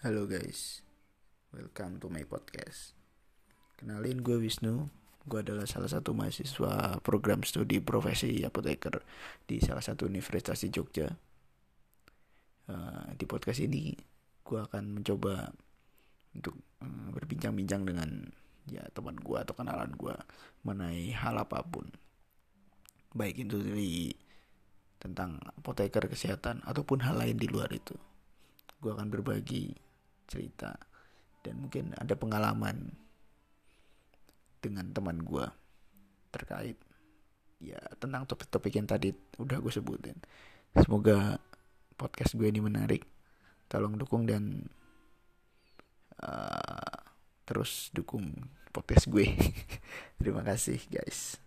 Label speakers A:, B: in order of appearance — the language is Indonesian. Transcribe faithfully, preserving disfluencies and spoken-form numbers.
A: Halo guys, welcome to my podcast. Kenalin, gue Wisnu. Gue adalah salah satu mahasiswa program studi profesi apoteker di salah satu universitas di Jogja. Uh, di podcast ini gue akan mencoba untuk uh, berbincang-bincang dengan ya teman gue atau kenalan gue mengenai hal apapun, baik itu dari tentang apoteker, kesehatan, ataupun hal lain di luar itu. Gue akan berbagi cerita dan mungkin ada pengalaman dengan teman gue terkait ya tentang topik-topik yang tadi udah gue sebutin. Semoga podcast gue ini menarik. Tolong dukung dan uh, terus dukung podcast gue. Terima kasih guys.